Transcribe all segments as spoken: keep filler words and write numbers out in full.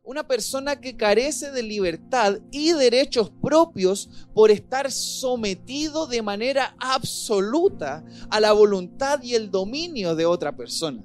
Una persona que carece de libertad y derechos propios por estar sometido de manera absoluta a la voluntad y el dominio de otra persona.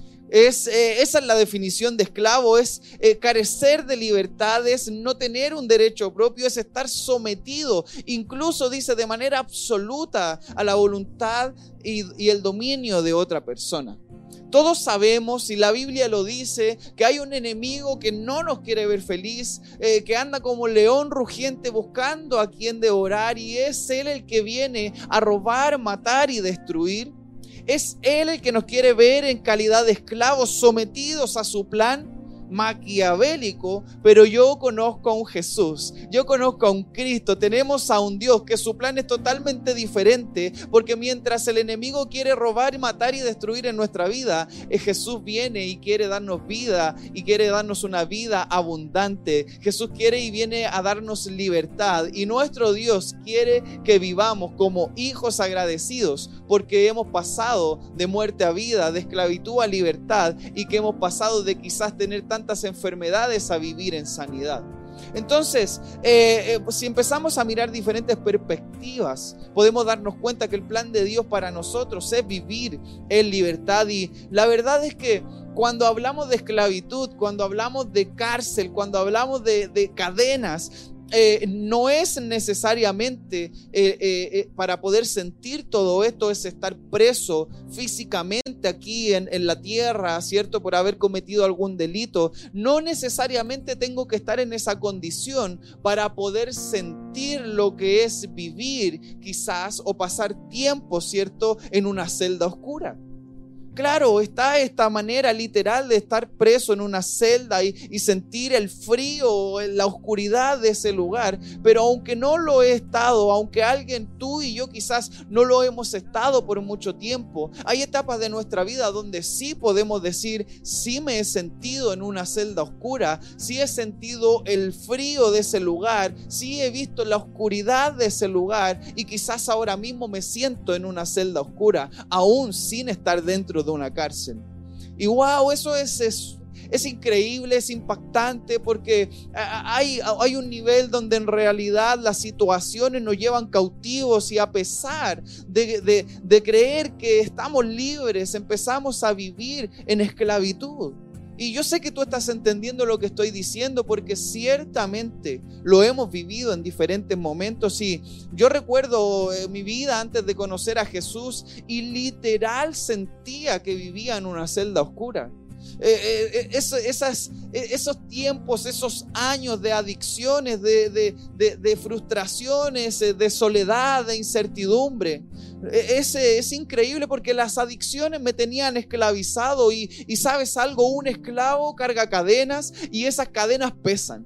Es, eh, esa es la definición de esclavo, es eh, carecer de libertad, es no tener un derecho propio, es estar sometido, incluso dice de manera absoluta a la voluntad y, y el dominio de otra persona. Todos sabemos, y la Biblia lo dice, que hay un enemigo que no nos quiere ver feliz, eh, que anda como león rugiente buscando a quien devorar, y es él el que viene a robar, matar y destruir. Es él el que nos quiere ver en calidad de esclavos sometidos a su plan maquiavélico, pero yo conozco a un Jesús, yo conozco a un Cristo, tenemos a un Dios que su plan es totalmente diferente, porque mientras el enemigo quiere robar, matar y destruir en nuestra vida, Jesús viene y quiere darnos vida y quiere darnos una vida abundante. Jesús quiere y viene a darnos libertad, y nuestro Dios quiere que vivamos como hijos agradecidos porque hemos pasado de muerte a vida, de esclavitud a libertad, y que hemos pasado de quizás tener tantas enfermedades a vivir en sanidad. Entonces, eh, eh, si empezamos a mirar diferentes perspectivas, podemos darnos cuenta que el plan de Dios para nosotros es vivir en libertad. Y la verdad es que cuando hablamos de esclavitud, cuando hablamos de cárcel, cuando hablamos de, de cadenas, Eh, no es necesariamente eh, eh, eh, para poder sentir todo esto, es estar preso físicamente aquí en, en la tierra, ¿cierto? Por haber cometido algún delito. No necesariamente tengo que estar en esa condición para poder sentir lo que es vivir quizás o pasar tiempo, ¿cierto?, en una celda oscura. Claro, está esta manera literal de estar preso en una celda y, y sentir el frío, la oscuridad de ese lugar, pero aunque no lo he estado, aunque alguien, tú y yo quizás no lo hemos estado por mucho tiempo, hay etapas de nuestra vida donde sí podemos decir, sí me he sentido en una celda oscura, sí he sentido el frío de ese lugar, sí he visto la oscuridad de ese lugar, y quizás ahora mismo me siento en una celda oscura, aún sin estar dentro de una cárcel. Y wow, eso es, es, es increíble, es impactante, porque hay, hay un nivel donde en realidad las situaciones nos llevan cautivos, y a pesar de, de, de creer que estamos libres, empezamos a vivir en esclavitud. Y yo sé que tú estás entendiendo lo que estoy diciendo, porque ciertamente lo hemos vivido en diferentes momentos. Y yo recuerdo eh, mi vida antes de conocer a Jesús, y literal sentía que vivía en una celda oscura. Eh, eh, eso, esas, esos tiempos, esos años de adicciones, de, de, de, de frustraciones, de soledad, de incertidumbre. Es, es increíble, porque las adicciones me tenían esclavizado, y, y ¿sabes algo? Un esclavo carga cadenas, y esas cadenas pesan.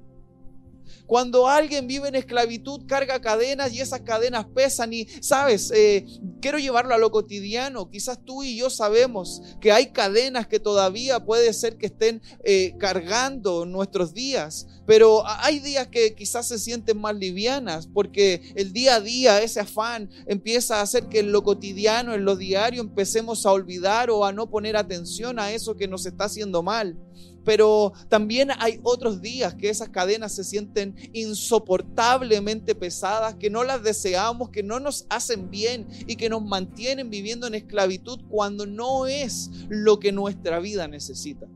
Cuando alguien vive en esclavitud, carga cadenas, y esas cadenas pesan. Y sabes, eh, quiero llevarlo a lo cotidiano. Quizás tú y yo sabemos que hay cadenas que todavía puede ser que estén eh, cargando nuestros días, pero hay días que quizás se sienten más livianas, porque el día a día, ese afán empieza a hacer que en lo cotidiano, en lo diario, empecemos a olvidar o a no poner atención a eso que nos está haciendo mal. Pero también hay otros días que esas cadenas se sienten insoportablemente pesadas, que no las deseamos, que no nos hacen bien y que nos mantienen viviendo en esclavitud cuando no es lo que nuestra vida necesita.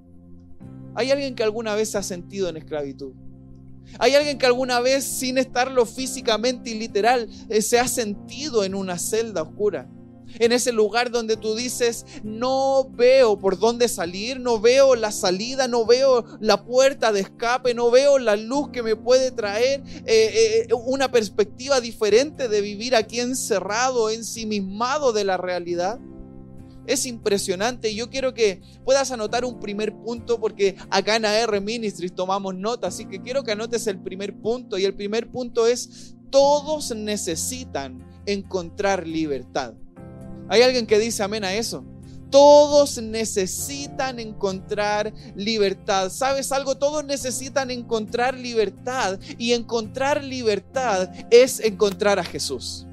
¿Hay alguien que alguna vez se ha sentido en esclavitud? ¿Hay alguien que alguna vez, sin estarlo físicamente y literal, eh, se ha sentido en una celda oscura? En ese lugar donde tú dices, no veo por dónde salir, no veo la salida, no veo la puerta de escape, no veo la luz que me puede traer eh, eh, una perspectiva diferente de vivir aquí encerrado, ensimismado de la realidad. Es impresionante, y yo quiero que puedas anotar un primer punto, porque acá en A R Ministries tomamos nota, así que quiero que anotes el primer punto, y el primer punto es: todos necesitan encontrar libertad. ¿Hay alguien que dice amén a eso? Todos necesitan encontrar libertad. ¿Sabes algo? Todos necesitan encontrar libertad, y encontrar libertad es encontrar a Jesús.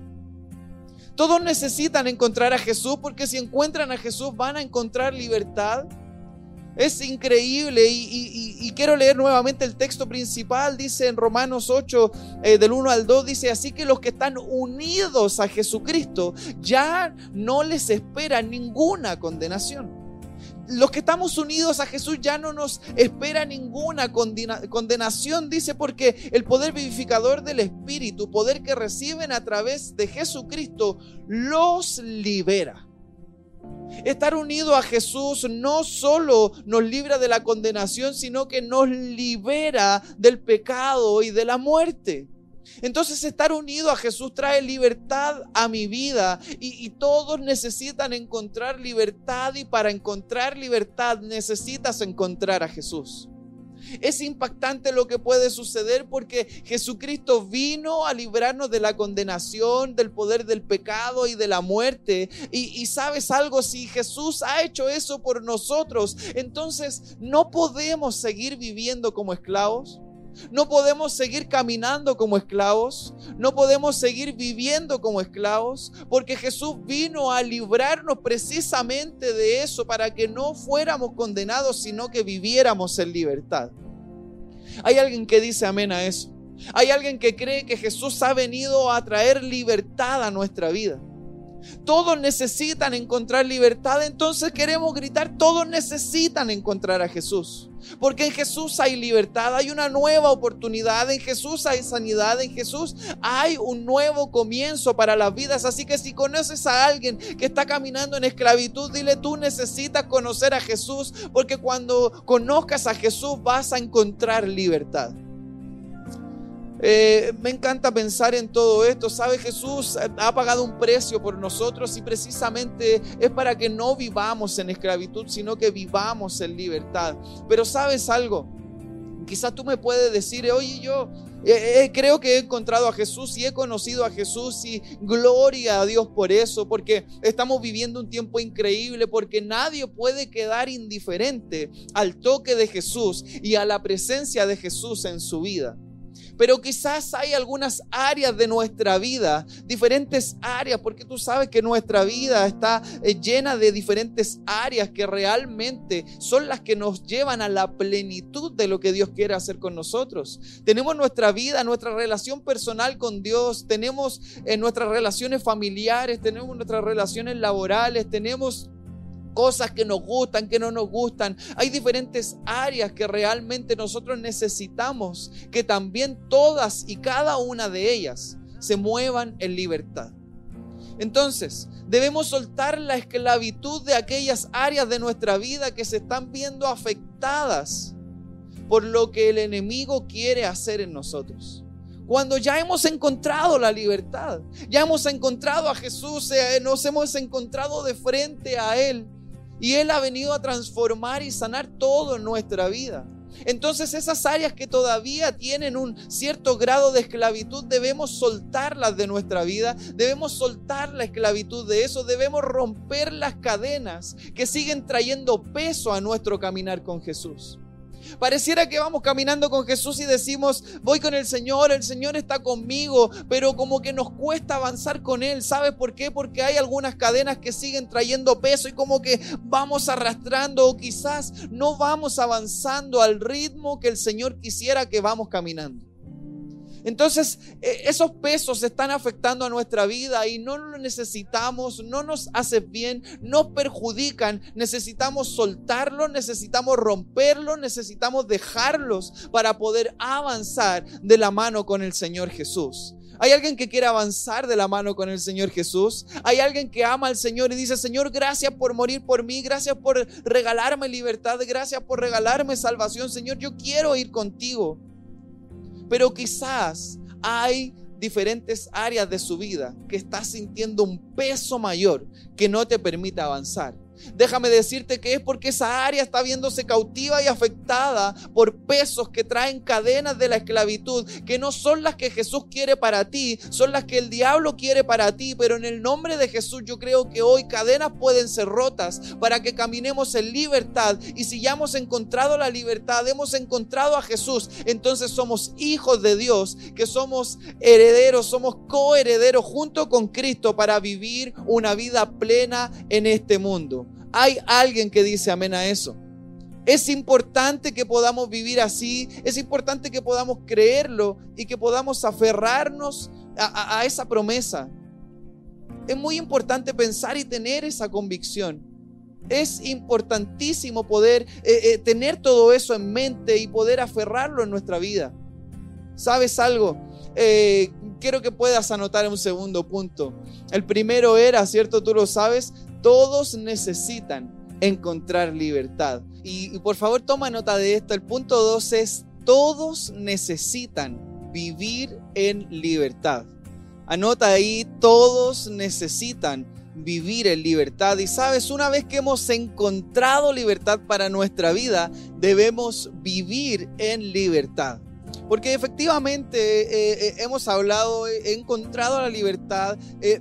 Todos necesitan encontrar a Jesús, porque si encuentran a Jesús van a encontrar libertad. Es increíble y, y, y quiero leer nuevamente el texto principal. Dice en Romanos ocho, eh, del uno al dos, dice: así que los que están unidos a Jesucristo ya no les espera ninguna condenación. Los que estamos unidos a Jesús ya no nos espera ninguna condena, condenación, dice, porque el poder vivificador del Espíritu, poder que reciben a través de Jesucristo, los libera. Estar unido a Jesús no solo nos libra de la condenación, sino que nos libera del pecado y de la muerte. Entonces, estar unido a Jesús trae libertad a mi vida y, y todos necesitan encontrar libertad, y para encontrar libertad necesitas encontrar a Jesús. Es impactante lo que puede suceder porque Jesucristo vino a librarnos de la condenación, del poder del pecado y de la muerte. Y, y sabes algo, si Jesús ha hecho eso por nosotros, entonces no podemos seguir viviendo como esclavos. No podemos seguir caminando como esclavos, no podemos seguir viviendo como esclavos, porque Jesús vino a librarnos precisamente de eso, para que no fuéramos condenados, sino que viviéramos en libertad. Hay alguien que dice amén a eso. Hay alguien que cree que Jesús ha venido a traer libertad a nuestra vida. Todos necesitan encontrar libertad, entonces queremos gritar: todos necesitan encontrar a Jesús. Porque en Jesús hay libertad, hay una nueva oportunidad, en Jesús hay sanidad, en Jesús hay un nuevo comienzo para las vidas. Así que si conoces a alguien que está caminando en esclavitud, dile: tú necesitas conocer a Jesús, porque cuando conozcas a Jesús vas a encontrar libertad. Eh, me encanta pensar en todo esto. ¿Sabe? Jesús ha pagado un precio por nosotros y precisamente es para que no vivamos en esclavitud, sino que vivamos en libertad. Pero ¿sabes algo? Quizás tú me puedes decir: oye, yo eh, eh, creo que he encontrado a Jesús y he conocido a Jesús, y gloria a Dios por eso, porque estamos viviendo un tiempo increíble, porque nadie puede quedar indiferente al toque de Jesús y a la presencia de Jesús en su vida. Pero quizás hay algunas áreas de nuestra vida, diferentes áreas, porque tú sabes que nuestra vida está llena de diferentes áreas que realmente son las que nos llevan a la plenitud de lo que Dios quiere hacer con nosotros. Tenemos nuestra vida, nuestra relación personal con Dios, tenemos en nuestras relaciones familiares, tenemos nuestras relaciones laborales, tenemos cosas que nos gustan, que no nos gustan. Hay diferentes áreas que realmente nosotros necesitamos que también todas y cada una de ellas se muevan en libertad. Entonces, debemos soltar la esclavitud de aquellas áreas de nuestra vida que se están viendo afectadas por lo que el enemigo quiere hacer en nosotros. Cuando ya hemos encontrado la libertad, ya hemos encontrado a Jesús, eh, nos hemos encontrado de frente a Él, y Él ha venido a transformar y sanar todo en nuestra vida. Entonces, esas áreas que todavía tienen un cierto grado de esclavitud, debemos soltarlas de nuestra vida, debemos soltar la esclavitud de eso, debemos romper las cadenas que siguen trayendo peso a nuestro caminar con Jesús. Pareciera que vamos caminando con Jesús y decimos: voy con el Señor, el Señor está conmigo, pero como que nos cuesta avanzar con Él. ¿Sabes por qué? Porque hay algunas cadenas que siguen trayendo peso y como que vamos arrastrando, o quizás no vamos avanzando al ritmo que el Señor quisiera que vamos caminando. Entonces, esos pesos están afectando a nuestra vida y no lo necesitamos, no nos hace bien, nos perjudican. Necesitamos soltarlos, necesitamos romperlos, necesitamos dejarlos para poder avanzar de la mano con el Señor Jesús. ¿Hay alguien que quiere avanzar de la mano con el Señor Jesús? ¿Hay alguien que ama al Señor y dice: Señor, gracias por morir por mí, gracias por regalarme libertad, gracias por regalarme salvación? Señor, yo quiero ir contigo. Pero quizás hay diferentes áreas de su vida que está sintiendo un peso mayor que no te permite avanzar. Déjame decirte que es porque esa área está viéndose cautiva y afectada por pesos que traen cadenas de la esclavitud, que no son las que Jesús quiere para ti, son las que el diablo quiere para ti. Pero en el nombre de Jesús yo creo que hoy cadenas pueden ser rotas para que caminemos en libertad. Y si ya hemos encontrado la libertad, hemos encontrado a Jesús, entonces somos hijos de Dios, que somos herederos, somos coherederos junto con Cristo para vivir una vida plena en este mundo. Hay alguien que dice amén a eso. Es importante que podamos vivir así, es importante que podamos creerlo y que podamos aferrarnos a, a, a esa promesa. Es muy importante pensar y tener esa convicción. Es importantísimo poder eh, eh, tener todo eso en mente y poder aferrarlo en nuestra vida. ¿Sabes algo? Eh, quiero que puedas anotar un segundo punto. El primero era, ¿cierto? Tú lo sabes, todos necesitan encontrar libertad. Y, y por favor toma nota de esto. El punto dos es, todos necesitan vivir en libertad. Anota ahí, todos necesitan vivir en libertad. Y sabes, una vez que hemos encontrado libertad para nuestra vida, debemos vivir en libertad. Porque efectivamente eh, eh, hemos hablado, he encontrado la libertad, eh,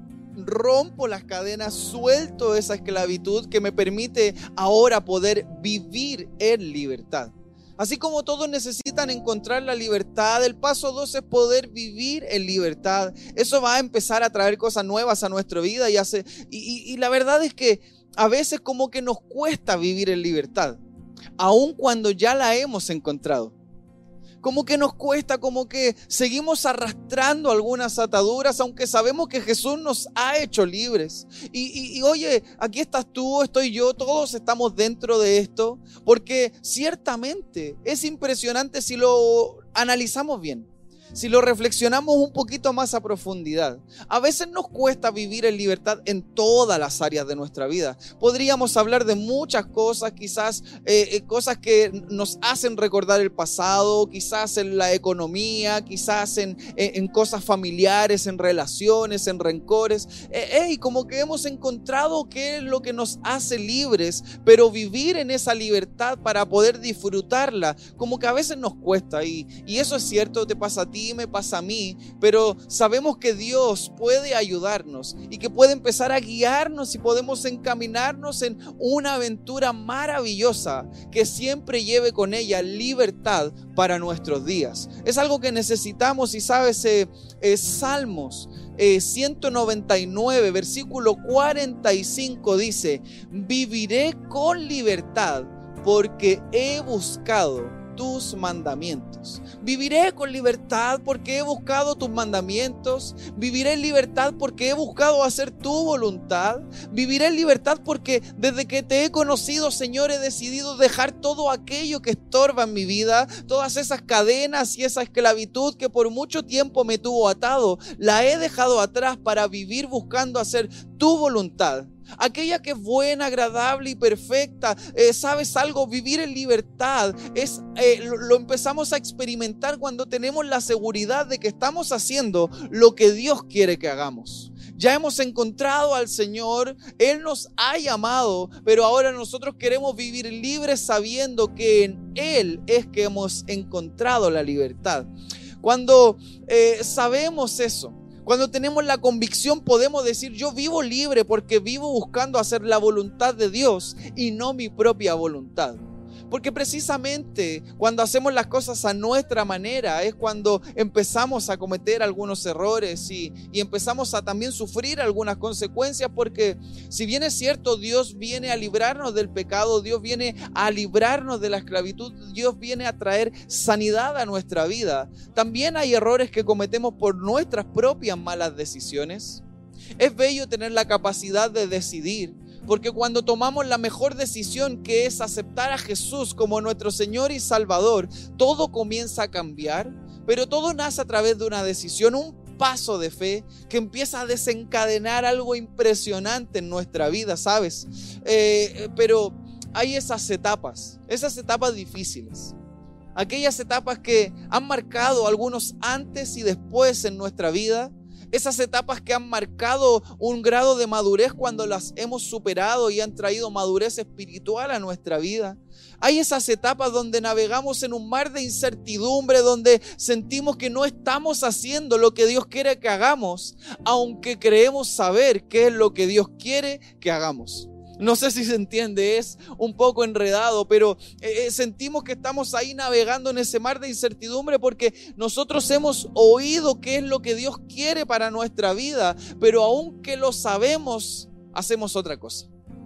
rompo las cadenas, suelto esa esclavitud que me permite ahora poder vivir en libertad. Así como todos necesitan encontrar la libertad, el paso dos es poder vivir en libertad. Eso va a empezar a traer cosas nuevas a nuestra vida y, hace, y, y, y la verdad es que a veces como que nos cuesta vivir en libertad, aun cuando ya la hemos encontrado. Como que nos cuesta, como que seguimos arrastrando algunas ataduras, aunque sabemos que Jesús nos ha hecho libres. Y, y, y oye, aquí estás tú, estoy yo, todos estamos dentro de esto, porque ciertamente es impresionante si lo analizamos bien. Si lo reflexionamos un poquito más a profundidad, a veces nos cuesta vivir en libertad en todas las áreas de nuestra vida. Podríamos hablar de muchas cosas, quizás eh, eh, cosas que nos hacen recordar el pasado, quizás en la economía, quizás en, en, en cosas familiares, en relaciones, en rencores. Eh, hey, como que hemos encontrado qué es lo que nos hace libres, pero vivir en esa libertad para poder disfrutarla, como que a veces nos cuesta. Y, y eso es cierto, te pasa a ti, me pasa a mí, pero sabemos que Dios puede ayudarnos y que puede empezar a guiarnos y podemos encaminarnos en una aventura maravillosa que siempre lleve con ella libertad para nuestros días. Es algo que necesitamos y sabes, eh, eh, Salmos eh, ciento noventa y nueve, versículo cuarenta y cinco dice: viviré con libertad porque he buscado tus mandamientos. Viviré con libertad porque he buscado tus mandamientos. Viviré en libertad porque he buscado hacer tu voluntad. Viviré en libertad porque desde que te he conocido, Señor, he decidido dejar todo aquello que estorba en mi vida, todas esas cadenas y esa esclavitud que por mucho tiempo me tuvo atado, la he dejado atrás para vivir buscando hacer tu voluntad. Aquella que es buena, agradable y perfecta. Eh, ¿Sabes algo? Vivir en libertad es, eh, lo, lo empezamos a experimentar cuando tenemos la seguridad de que estamos haciendo lo que Dios quiere que hagamos. Ya hemos encontrado al Señor, Él nos ha llamado, pero ahora nosotros queremos vivir libres sabiendo que en Él es que hemos encontrado la libertad. Cuando eh, sabemos eso, cuando tenemos la convicción, podemos decir: yo vivo libre porque vivo buscando hacer la voluntad de Dios y no mi propia voluntad. Porque precisamente cuando hacemos las cosas a nuestra manera es cuando empezamos a cometer algunos errores y, y empezamos a también sufrir algunas consecuencias, porque si bien es cierto, Dios viene a librarnos del pecado, Dios viene a librarnos de la esclavitud, Dios viene a traer sanidad a nuestra vida, también hay errores que cometemos por nuestras propias malas decisiones. Es bello tener la capacidad de decidir, porque cuando tomamos la mejor decisión, que es aceptar a Jesús como nuestro Señor y Salvador, todo comienza a cambiar, pero todo nace a través de una decisión, un paso de fe que empieza a desencadenar algo impresionante en nuestra vida, ¿sabes? Eh, pero hay esas etapas, esas etapas difíciles, aquellas etapas que han marcado algunos antes y después en nuestra vida. Esas etapas que han marcado un grado de madurez cuando las hemos superado y han traído madurez espiritual a nuestra vida. Hay esas etapas donde navegamos en un mar de incertidumbre, donde sentimos que no estamos haciendo lo que Dios quiere que hagamos, aunque creemos saber qué es lo que Dios quiere que hagamos. No sé si se entiende, es un poco enredado, pero eh, sentimos que estamos ahí navegando en ese mar de incertidumbre porque nosotros hemos oído qué es lo que Dios quiere para nuestra vida, pero aunque lo sabemos, hacemos otra cosa.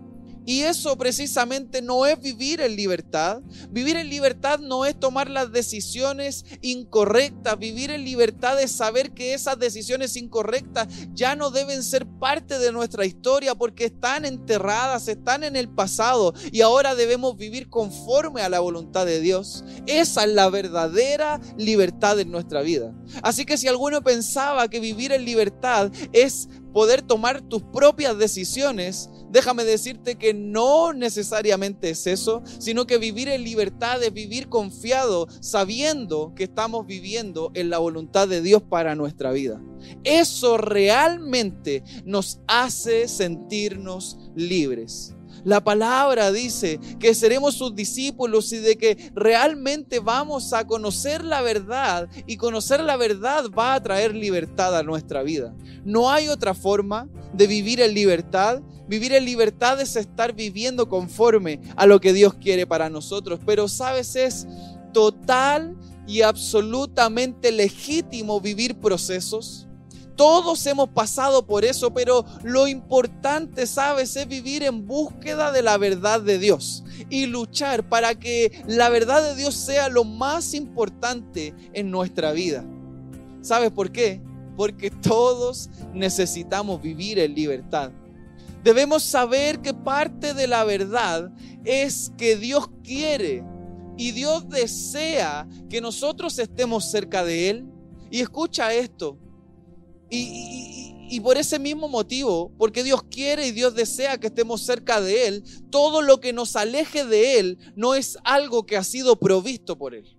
Y eso precisamente no es vivir en libertad. Vivir en libertad no es tomar las decisiones incorrectas. Vivir en libertad es saber que esas decisiones incorrectas ya no deben ser parte de nuestra historia porque están enterradas, están en el pasado y ahora debemos vivir conforme a la voluntad de Dios. Esa es la verdadera libertad en nuestra vida. Así que si alguno pensaba que vivir en libertad es poder tomar tus propias decisiones, déjame decirte que no necesariamente es eso, sino que vivir en libertad es vivir confiado, sabiendo que estamos viviendo en la voluntad de Dios para nuestra vida. Eso realmente nos hace sentirnos libres. La palabra dice que seremos sus discípulos y de que realmente vamos a conocer la verdad, y conocer la verdad va a traer libertad a nuestra vida. No hay otra forma de vivir en libertad. Vivir en libertad es estar viviendo conforme a lo que Dios quiere para nosotros. Pero sabes, es total y absolutamente legítimo vivir procesos. Todos hemos pasado por eso, pero lo importante, ¿sabes?, es vivir en búsqueda de la verdad de Dios y luchar para que la verdad de Dios sea lo más importante en nuestra vida. ¿Sabes por qué? Porque todos necesitamos vivir en libertad. Debemos saber que parte de la verdad es que Dios quiere y Dios desea que nosotros estemos cerca de Él. Y escucha esto. Y, y, y por ese mismo motivo, porque Dios quiere y Dios desea que estemos cerca de Él, todo lo que nos aleje de Él no es algo que ha sido provisto por Él.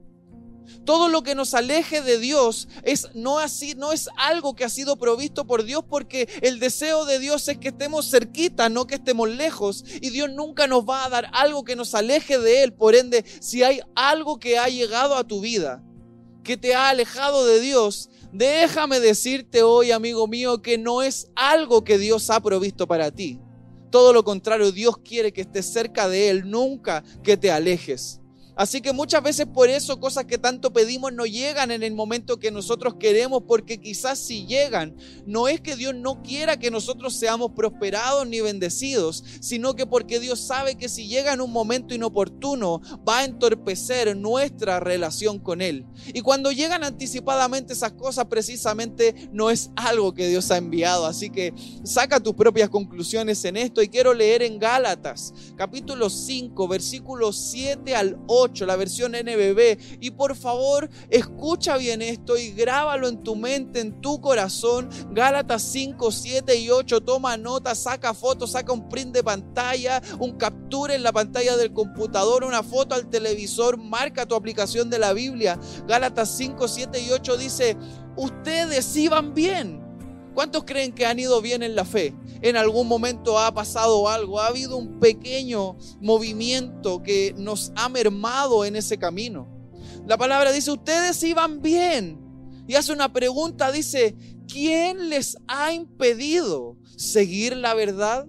Todo lo que nos aleje de Dios es, no, así, no es algo que ha sido provisto por Dios, porque el deseo de Dios es que estemos cerquita, no que estemos lejos. Y Dios nunca nos va a dar algo que nos aleje de Él. Por ende, si hay algo que ha llegado a tu vida, que te ha alejado de Dios, déjame decirte hoy, amigo mío, que no es algo que Dios ha provisto para ti. Todo lo contrario, Dios quiere que estés cerca de Él, nunca que te alejes. Así que muchas veces por eso cosas que tanto pedimos no llegan en el momento que nosotros queremos, porque quizás si llegan, no es que Dios no quiera que nosotros seamos prosperados ni bendecidos, sino que porque Dios sabe que si llega en un momento inoportuno, va a entorpecer nuestra relación con Él. Y cuando llegan anticipadamente esas cosas, precisamente no es algo que Dios ha enviado. Así que saca tus propias conclusiones en esto, y quiero leer en Gálatas, capítulo cinco, versículos siete al ocho. La versión N B B, y por favor escucha bien esto y grábalo en tu mente, en tu corazón. Gálatas cinco, siete y ocho. Toma nota, saca fotos, saca un print de pantalla, un captura en la pantalla del computador, una foto al televisor, marca tu aplicación de la Biblia. Gálatas cinco, siete y ocho dice: ustedes iban bien. ¿Cuántos creen que han ido bien en la fe? En algún momento ha pasado algo, ha habido un pequeño movimiento que nos ha mermado en ese camino. La palabra dice: ustedes iban bien. Y hace una pregunta, dice: ¿quién les ha impedido seguir la verdad?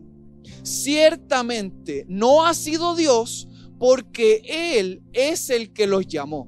Ciertamente no ha sido Dios, porque Él es el que los llamó.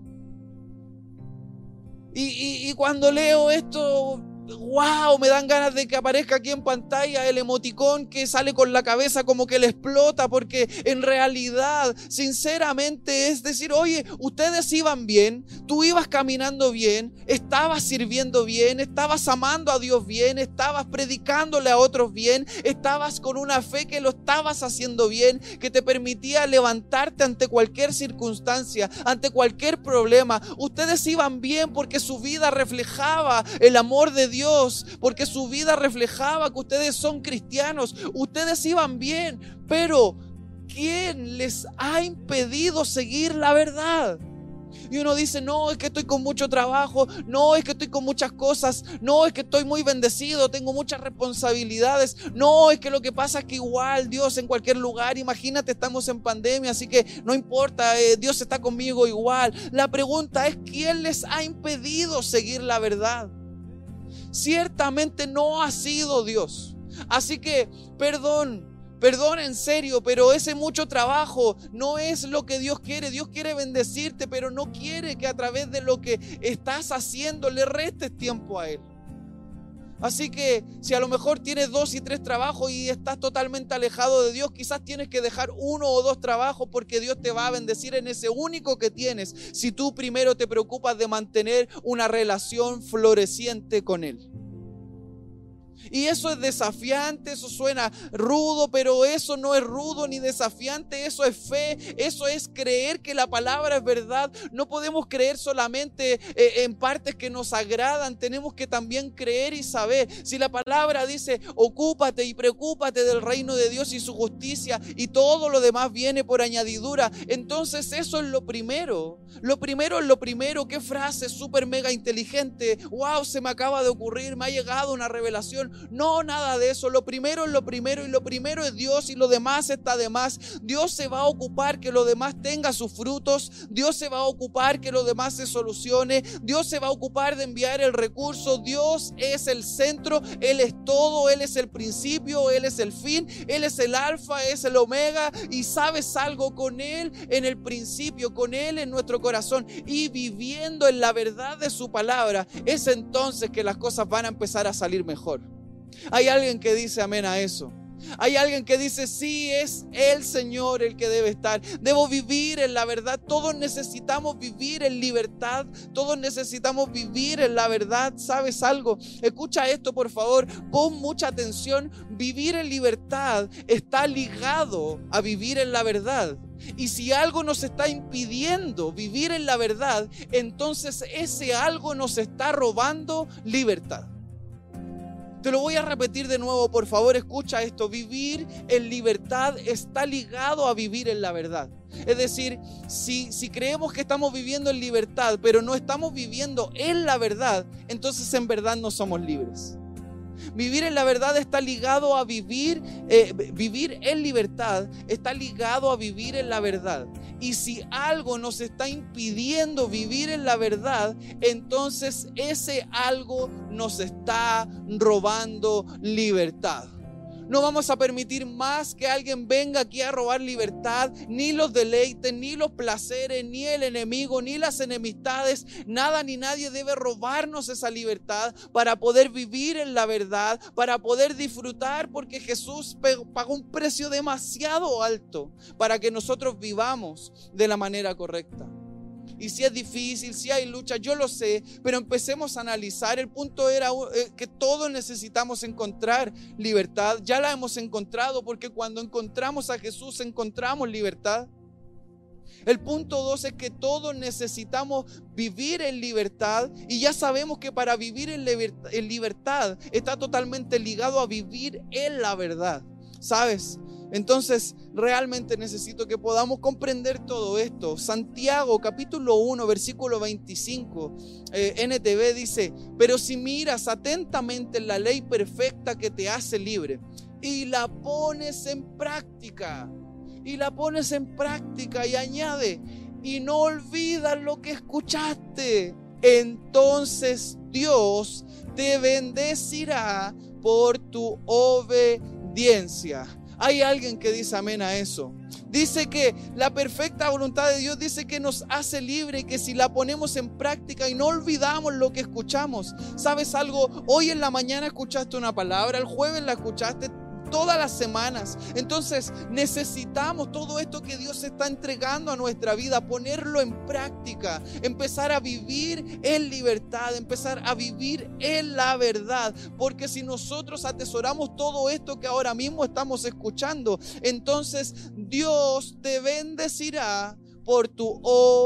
Y, y, y cuando leo esto, wow, me dan ganas de que aparezca aquí en pantalla el emoticón que sale con la cabeza como que le explota, porque en realidad, sinceramente, es decir: oye, ustedes iban bien, tú ibas caminando bien, estabas sirviendo bien, estabas amando a Dios bien, estabas predicándole a otros bien, estabas con una fe que lo estabas haciendo bien, que te permitía levantarte ante cualquier circunstancia, ante cualquier problema. Ustedes iban bien porque su vida reflejaba el amor de Dios. Dios, porque su vida reflejaba que ustedes son cristianos. Ustedes iban bien, pero ¿quién les ha impedido seguir la verdad? Y uno dice: no, es que estoy con mucho trabajo, no, es que estoy con muchas cosas, no, es que estoy muy bendecido, tengo muchas responsabilidades, no, es que lo que pasa es que igual Dios en cualquier lugar, imagínate, estamos en pandemia, así que no importa, eh, Dios está conmigo igual. La pregunta es: ¿quién les ha impedido seguir la verdad? Ciertamente no ha sido Dios. Así que perdón, perdón en serio, pero ese mucho trabajo no es lo que Dios quiere. Dios quiere bendecirte, pero no quiere que a través de lo que estás haciendo le restes tiempo a Él. Así que si a lo mejor tienes dos y tres trabajos y estás totalmente alejado de Dios, quizás tienes que dejar uno o dos trabajos porque Dios te va a bendecir en ese único que tienes, si tú primero te preocupas de mantener una relación floreciente con Él. Y eso es desafiante, eso suena rudo, pero eso no es rudo ni desafiante, eso es fe, eso es creer que la palabra es verdad. No podemos creer solamente eh, en partes que nos agradan, tenemos que también creer y saber. Si la palabra dice, ocúpate y preocúpate del reino de Dios y su justicia y todo lo demás viene por añadidura, entonces eso es lo primero. Lo primero es lo primero. Qué frase súper mega inteligente. Wow, se me acaba de ocurrir, me ha llegado una revelación. No, nada de eso. Lo primero es lo primero y lo primero es Dios y lo demás está de más. Dios se va a ocupar que lo demás tenga sus frutos. Dios se va a ocupar que lo demás se solucione. Dios se va a ocupar de enviar el recurso. Dios es el centro. Él es todo. Él es el principio. Él es el fin. Él es el alfa, es el omega. Y sabes algo, con Él en el principio, con Él en nuestro corazón y viviendo en la verdad de su palabra, es entonces que las cosas van a empezar a salir mejor. Hay alguien que dice amén a eso. Hay alguien que dice, sí, es el Señor el que debe estar. Debo vivir en la verdad. Todos necesitamos vivir en libertad. Todos necesitamos vivir en la verdad. ¿Sabes algo? Escucha esto, por favor. Pon mucha atención. Vivir en libertad está ligado a vivir en la verdad. Y si algo nos está impidiendo vivir en la verdad, entonces ese algo nos está robando libertad. Te lo voy a repetir de nuevo, por favor, escucha esto. Vivir en libertad está ligado a vivir en la verdad. Es decir, si, si creemos que estamos viviendo en libertad, pero no estamos viviendo en la verdad, entonces en verdad no somos libres. Vivir en la verdad está ligado a vivir, eh, vivir en libertad está ligado a vivir en la verdad. Y si algo nos está impidiendo vivir en la verdad, entonces ese algo nos está robando libertad. No vamos a permitir más que alguien venga aquí a robar libertad, ni los deleites, ni los placeres, ni el enemigo, ni las enemistades. Nada ni nadie debe robarnos esa libertad para poder vivir en la verdad, para poder disfrutar, porque Jesús pagó un precio demasiado alto para que nosotros vivamos de la manera correcta. Y si es difícil, si hay lucha, yo lo sé, pero empecemos a analizar. El punto era que todos necesitamos encontrar libertad. Ya la hemos encontrado, porque cuando encontramos a Jesús encontramos libertad. El punto dos es que todos necesitamos vivir en libertad, y ya sabemos que para vivir en libertad, en libertad está totalmente ligado a vivir en la verdad. ¿Sabes? Entonces, realmente necesito que podamos comprender todo esto. Santiago, capítulo uno, versículo veinticinco, eh, N T V dice, pero si miras atentamente la ley perfecta que te hace libre y la pones en práctica, y la pones en práctica y añade, y no olvidas lo que escuchaste, entonces Dios te bendecirá por tu obediencia. Hay alguien que dice amén a eso. Dice que la perfecta voluntad de Dios dice que nos hace libre y que si la ponemos en práctica y no olvidamos lo que escuchamos. ¿Sabes algo? Hoy en la mañana escuchaste una palabra, el jueves la escuchaste, todas las semanas. Entonces necesitamos todo esto que Dios está entregando a nuestra vida, ponerlo en práctica, empezar a vivir en libertad, empezar a vivir en la verdad, porque si nosotros atesoramos todo esto que ahora mismo estamos escuchando, entonces Dios te bendecirá por tu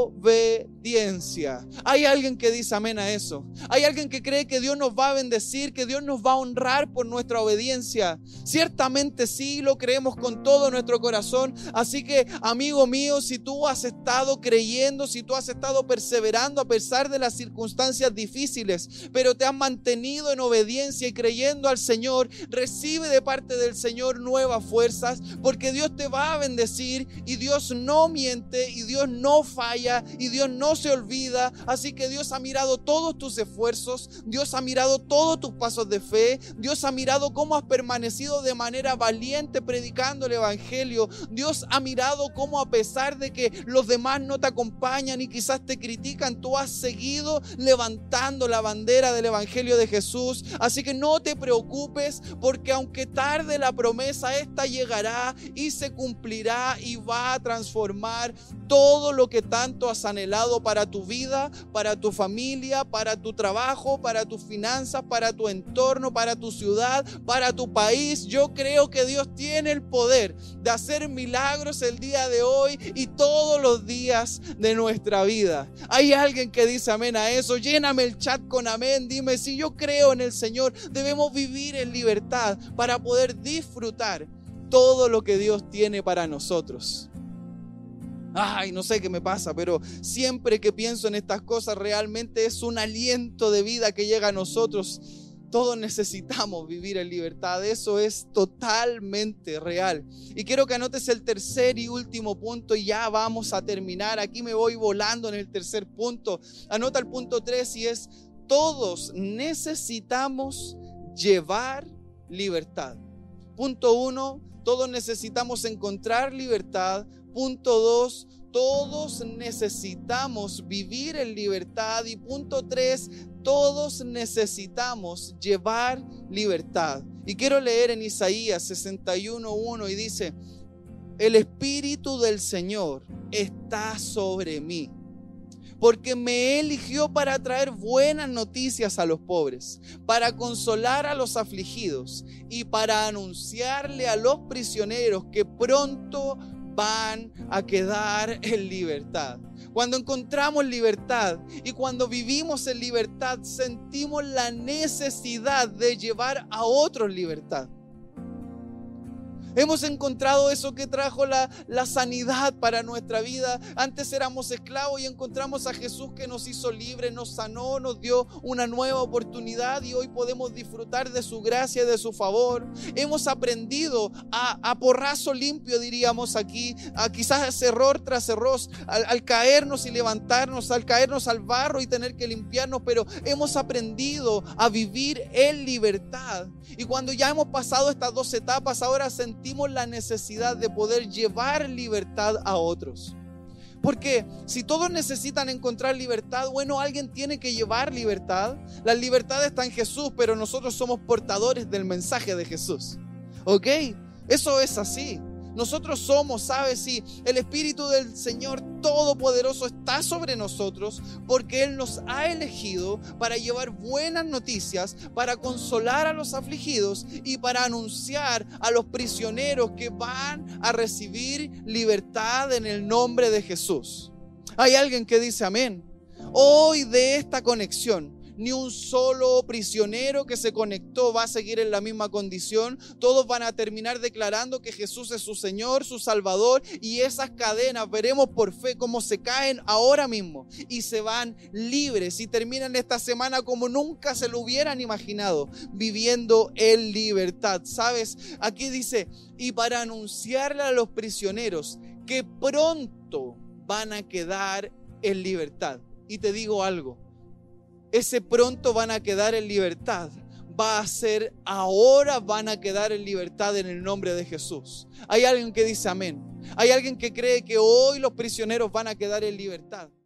obediencia. Hay alguien que dice amén a eso. Hay alguien que cree que Dios nos va a bendecir, que Dios nos va a honrar por nuestra obediencia. Ciertamente sí, lo creemos con todo nuestro corazón. Así que, amigo mío, si tú has estado creyendo, si tú has estado perseverando a pesar de las circunstancias difíciles, pero te has mantenido en obediencia y creyendo al Señor, recibe de parte del Señor nuevas fuerzas, porque Dios te va a bendecir y Dios no miente y Dios no falla y Dios no se olvida. Así que Dios ha mirado todos tus esfuerzos, Dios ha mirado todos tus pasos de fe, Dios ha mirado cómo has permanecido de manera valiente predicando el evangelio. Dios ha mirado cómo, a pesar de que los demás no te acompañan y quizás te critican, tú has seguido levantando la bandera del evangelio de Jesús. Así que no te preocupes, porque aunque tarde la promesa, esta llegará y se cumplirá y va a transformar todo lo que tanto has anhelado para tu vida, para tu familia, para tu trabajo, para tus finanzas, para tu entorno, para tu ciudad, para tu país. Yo creo que Dios tiene el poder de hacer milagros el día de hoy y todos los días de nuestra vida. Hay alguien que dice amén a eso. Lléname el chat con amén. Dime si yo creo en el Señor. Debemos vivir en libertad para poder disfrutar todo lo que Dios tiene para nosotros. Ay, no sé qué me pasa, pero siempre que pienso en estas cosas, realmente es un aliento de vida que llega a nosotros. Todos necesitamos vivir en libertad, eso es totalmente real. Y quiero que anotes el tercer y último punto y ya vamos a terminar. Aquí me voy volando en el tercer punto. Anota el punto tres y es: todos necesitamos llevar libertad. Punto uno, todos necesitamos encontrar libertad. Punto dos, todos necesitamos vivir en libertad. Y punto tres, todos necesitamos llevar libertad. Y quiero leer en Isaías sesenta y uno uno y dice: el Espíritu del Señor está sobre mí, porque me eligió para traer buenas noticias a los pobres, para consolar a los afligidos y para anunciarle a los prisioneros que pronto van a quedar en libertad. Cuando encontramos libertad y cuando vivimos en libertad, sentimos la necesidad de llevar a otros libertad. Hemos encontrado eso que trajo la, la sanidad para nuestra vida. Antes éramos esclavos y encontramos a Jesús que nos hizo libres, nos sanó, nos dio una nueva oportunidad y hoy podemos disfrutar de su gracia y de su favor. Hemos aprendido a, a porrazo limpio, diríamos aquí, a quizás error tras error, al, al caernos y levantarnos, al caernos al barro y tener que limpiarnos, pero hemos aprendido a vivir en libertad. Y cuando ya hemos pasado estas dos etapas, ahora sentimos la necesidad de poder llevar libertad a otros. Porque si todos necesitan encontrar libertad, bueno, alguien tiene que llevar libertad. La libertad está en Jesús, pero nosotros somos portadores del mensaje de Jesús. ¿Ok? Eso es así. Nosotros somos, ¿sabes? Sí, el Espíritu del Señor Todopoderoso está sobre nosotros porque Él nos ha elegido para llevar buenas noticias, para consolar a los afligidos y para anunciar a los prisioneros que van a recibir libertad en el nombre de Jesús. Hay alguien que dice amén. Hoy de esta conexión, ni un solo prisionero que se conectó va a seguir en la misma condición. Todos van a terminar declarando que Jesús es su Señor, su Salvador, y esas cadenas veremos por fe cómo se caen ahora mismo y se van libres y terminan esta semana como nunca se lo hubieran imaginado, viviendo en libertad. ¿Sabes? Aquí dice: y para anunciarle a los prisioneros que pronto van a quedar en libertad. Y te digo algo, ese pronto van a quedar en libertad va a ser ahora, van a quedar en libertad en el nombre de Jesús. Hay alguien que dice amén. Hay alguien que cree que hoy los prisioneros van a quedar en libertad.